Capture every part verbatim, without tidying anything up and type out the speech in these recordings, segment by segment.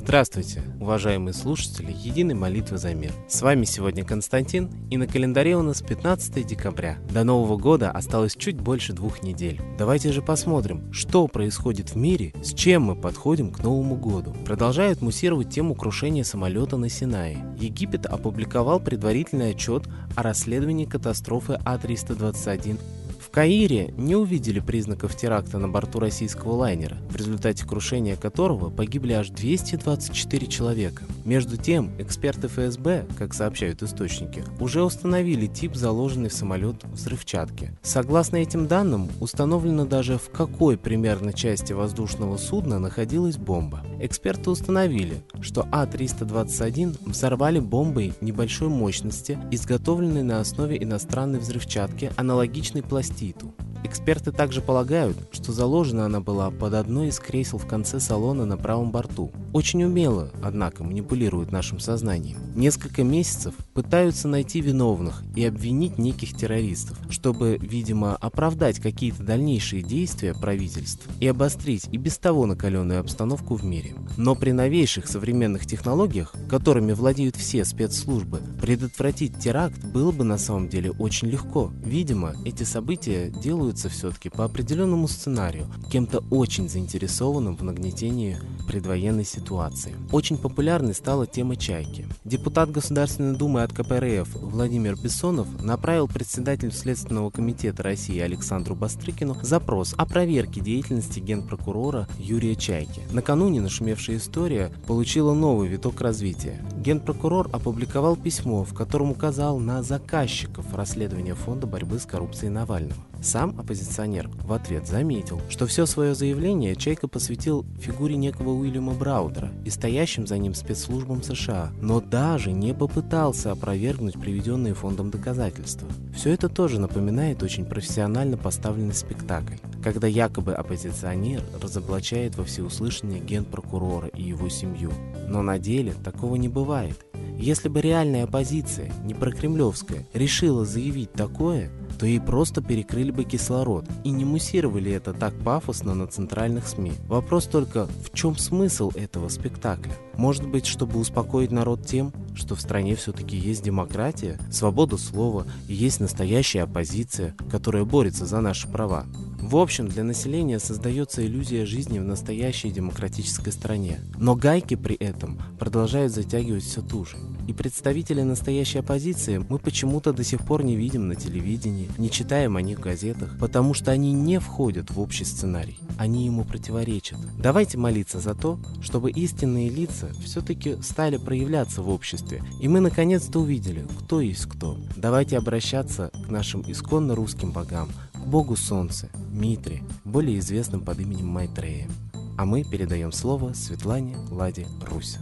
Здравствуйте, уважаемые слушатели Единой молитвы за мир. С вами сегодня Константин, и на календаре у нас пятнадцатое декабря. До Нового года осталось чуть больше двух недель. Давайте же посмотрим, что происходит в мире, с чем мы подходим к Новому году. Продолжают муссировать тему крушения самолета на Синае. Египет опубликовал предварительный отчет о расследовании катастрофы А триста двадцать один. В Каире не увидели признаков теракта на борту российского лайнера, в результате крушения которого погибли аж двести двадцать четыре человека. Между тем, эксперты эф эс бэ, как сообщают источники, уже установили тип заложенной в самолет взрывчатки. Согласно этим данным, установлено даже, в какой примерно части воздушного судна находилась бомба. Эксперты установили, что А триста двадцать один взорвали бомбой небольшой мощности, изготовленной на основе иностранной взрывчатки, аналогичной пластиду. Эксперты также полагают, что заложена она была под одной из кресел в конце салона на правом борту. Очень умело, однако, манипулируют нашим сознанием. Несколько месяцев пытаются найти виновных и обвинить неких террористов, чтобы, видимо, оправдать какие-то дальнейшие действия правительств и обострить и без того накаленную обстановку в мире. Но при новейших современных технологиях, которыми владеют все спецслужбы, предотвратить теракт было бы на самом деле очень легко. Видимо, эти события делаются все-таки по определенному сценарию, кем-то очень заинтересованным в нагнетении предвоенной ситуации. Очень популярной стала тема «Чайки». Депутат Государственной Думы от ка пэ эр эф Владимир Бессонов направил председателю Следственного комитета России Александру Бастрыкину запрос о проверке деятельности генпрокурора Юрия Чайки. Накануне нашумевшая история получила новый виток развития. Генпрокурор опубликовал письмо, в котором указал на заказчиков расследования Фонда борьбы с коррупцией Навального. Сам оппозиционер в ответ заметил, что все свое заявление Чайка посвятил фигуре некого Уильяма Браудера и стоящим за ним спецслужбам США, но даже не попытался опровергнуть приведенные фондом доказательства. Все это тоже напоминает очень профессионально поставленный спектакль, когда якобы оппозиционер разоблачает во всеуслышание генпрокурора и его семью. Но на деле такого не бывает. Если бы реальная оппозиция, не прокремлевская, решила заявить такое, то ей просто перекрыли бы кислород и не муссировали это так пафосно на центральных СМИ. Вопрос только, в чем смысл этого спектакля? Может быть, чтобы успокоить народ тем, что в стране все-таки есть демократия, свобода слова и есть настоящая оппозиция, которая борется за наши права. В общем, для населения создается иллюзия жизни в настоящей демократической стране. Но гайки при этом продолжают затягивать все туже. И представителей настоящей оппозиции мы почему-то до сих пор не видим на телевидении, не читаем о них в газетах, потому что они не входят в общий сценарий, они ему противоречат. Давайте молиться за то, чтобы истинные лица все-таки стали проявляться в обществе, и мы наконец-то увидели, кто есть кто. Давайте обращаться к нашим исконно русским богам, к богу Солнца, Митре, более известным под именем Майтрея. А мы передаем слово Светлане Ладе Русь.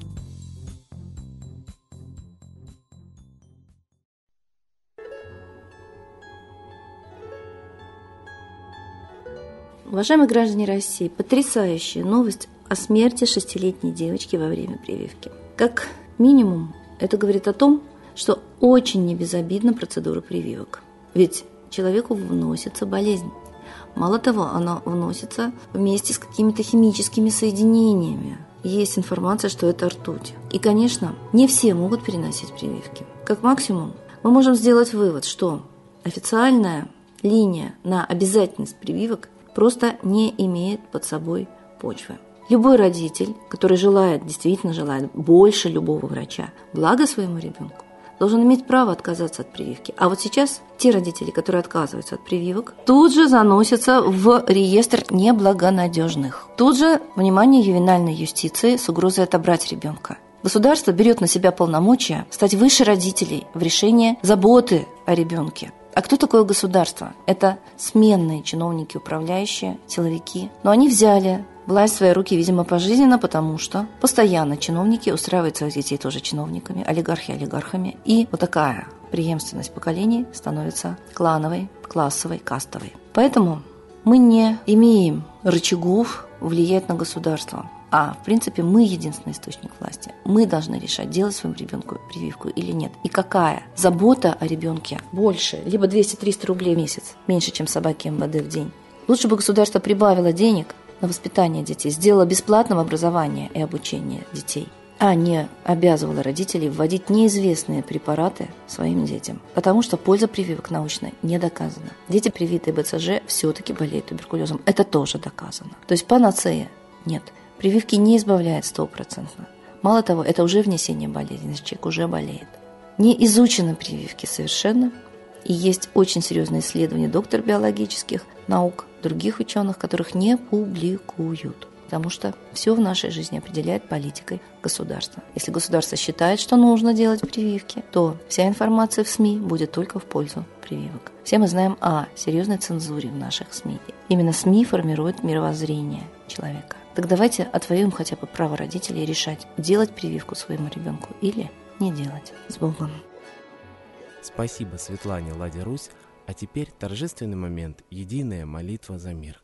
Уважаемые граждане России, потрясающая новость о смерти шестилетней девочки во время прививки. Как минимум, это говорит о том, что очень небезобидна процедура прививок. Ведь человеку вносится болезнь. Мало того, она вносится вместе с какими-то химическими соединениями. Есть информация, что это ртуть. И, конечно, не все могут переносить прививки. Как максимум, мы можем сделать вывод, что официальная линия на обязательность прививок просто не имеет под собой почвы. Любой родитель, который желает, действительно желает больше любого врача, благо своему ребенку, должен иметь право отказаться от прививки. А вот сейчас те родители, которые отказываются от прививок, тут же заносятся в реестр неблагонадежных. Тут же внимание ювенальной юстиции с угрозой отобрать ребенка. Государство берет на себя полномочия стать выше родителей в решении заботы о ребенке. А кто такое государство? Это сменные чиновники, управляющие, силовики. Но они взяли власть в свои руки, видимо, пожизненно, потому что постоянно чиновники устраивают своих детей тоже чиновниками, олигархи олигархами. И вот такая преемственность поколений становится клановой, классовой, кастовой. Поэтому мы не имеем рычагов влиять на государство. А, в принципе, мы единственный источник власти. Мы должны решать, делать своему ребенку прививку или нет. И какая забота о ребенке больше, либо двести-триста рублей в месяц, меньше, чем собаке эм вэ дэ в день. Лучше бы государство прибавило денег на воспитание детей, сделала бесплатным образование и обучение детей, а не обязывала родителей вводить неизвестные препараты своим детям, потому что польза прививок научно не доказана. Дети, привитые БЦЖ, все-таки болеют туберкулезом. Это тоже доказано. То есть панацея нет. Прививки не избавляют стопроцентно. Мало того, это уже внесение болезни, значит, человек уже болеет. Не изучены прививки совершенно. И есть очень серьезные исследования докторов биологических наук, других ученых, которых не публикуют. Потому что все в нашей жизни определяет политикой государства. Если государство считает, что нужно делать прививки, то вся информация в СМИ будет только в пользу прививок. Все мы знаем о серьезной цензуре в наших СМИ. Именно СМИ формируют мировоззрение человека. Так давайте отвоюем хотя бы право родителей решать, делать прививку своему ребенку или не делать. С Богом. Спасибо Светлане Ладе Русь. А теперь торжественный момент – единая молитва за мир.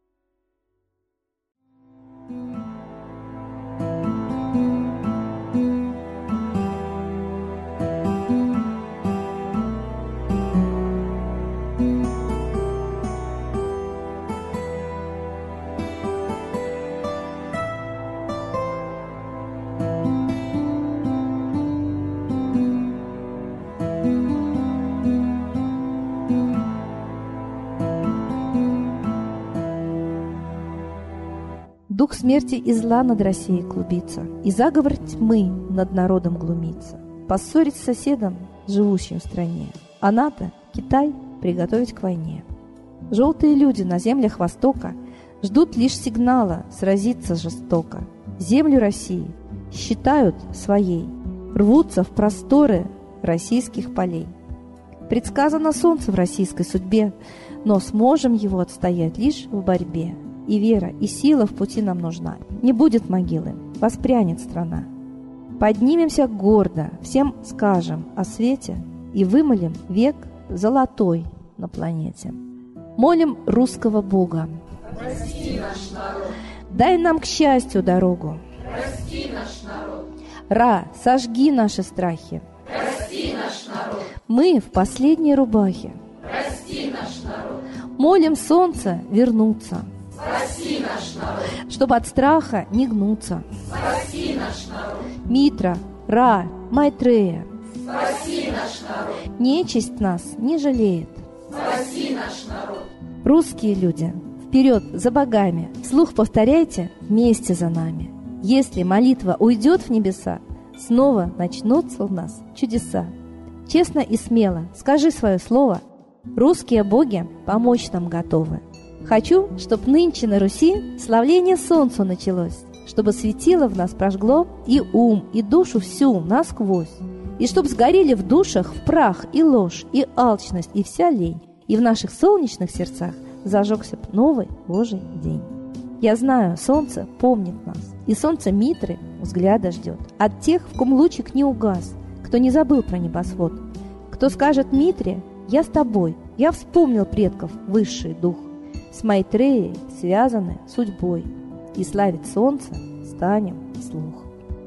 Дух смерти и зла над Россией клубится, и заговор тьмы над народом глумится. Поссорить с соседом, живущим в стране, а НАТО, Китай, приготовить к войне. Желтые люди на землях Востока ждут лишь сигнала сразиться жестоко. Землю России считают своей, рвутся в просторы российских полей. Предсказано солнце в российской судьбе, но сможем его отстоять лишь в борьбе. И вера, и сила в пути нам нужна. Не будет могилы, воспрянет страна. Поднимемся гордо, всем скажем о свете и вымолим век золотой на планете. Молим русского Бога. Прости наш народ. Дай нам к счастью дорогу. Прости наш народ. Ра, сожги наши страхи. Прости наш народ. Мы в последней рубахе. Прости наш народ. Молим солнце вернуться. Спаси наш народ. Чтобы от страха не гнуться. Спаси наш народ. Митра, Ра, Майтрея. Спаси наш народ. Нечисть нас не жалеет. Спаси наш народ. Русские люди, вперед за богами. Вслух повторяйте вместе за нами. Если молитва уйдет в небеса, снова начнутся у нас чудеса. Честно и смело скажи свое слово. Русские боги помочь нам готовы. Хочу, чтоб нынче на Руси славление солнцу началось, чтобы светило в нас прожгло и ум, и душу всю насквозь, и чтоб сгорели в душах в прах и ложь, и алчность, и вся лень, и в наших солнечных сердцах зажегся б новый Божий день. Я знаю, солнце помнит нас, и солнце Митры взгляда ждет от тех, в ком лучик не угас, кто не забыл про небосвод, кто скажет Митре: «Я с тобой, я вспомнил предков высший дух». С Майтреей связаны судьбой, и славить солнце станем вслух.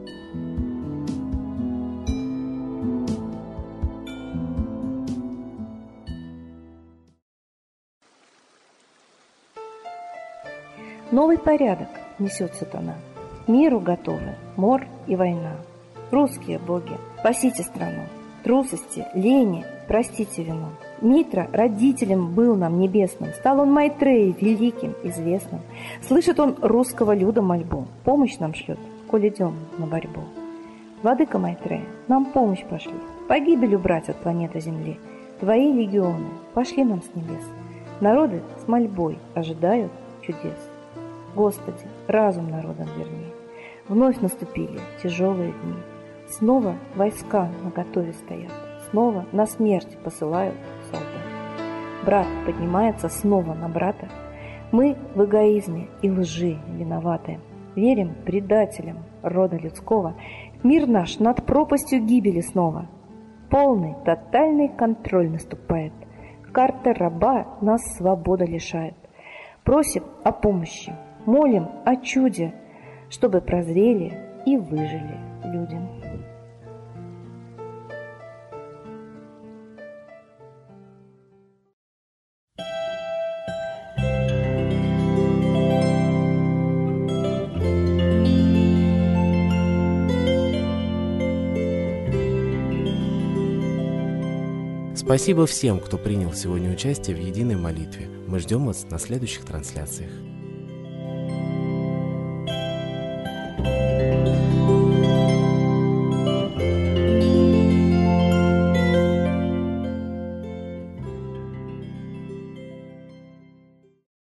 Новый порядок несет сатана. Миру готовы мор и война. Русские боги, спасите страну. Трусости, лени, простите вину. Митра родителем был нам небесным, стал он Майтреей великим, известным. Слышит он русского люда мольбу, помощь нам шлет, коль идем на борьбу. Владыка Майтрея, нам помощь пошли, погибель убрать от планеты Земли. Твои легионы пошли нам с небес. Народы с мольбой ожидают чудес. Господи, разум народам верни. Вновь наступили тяжелые дни. Снова войска наготове стоят. Снова на смерть посылают солдат. Брат поднимается снова на брата. Мы в эгоизме и лжи виноваты. Верим предателям рода людского. Мир наш над пропастью гибели снова. Полный, тотальный контроль наступает. Карта раба нас свободы лишает. Просим о помощи, молим о чуде, чтобы прозрели и выжили люди. Спасибо всем, кто принял сегодня участие в единой молитве. Мы ждем вас на следующих трансляциях.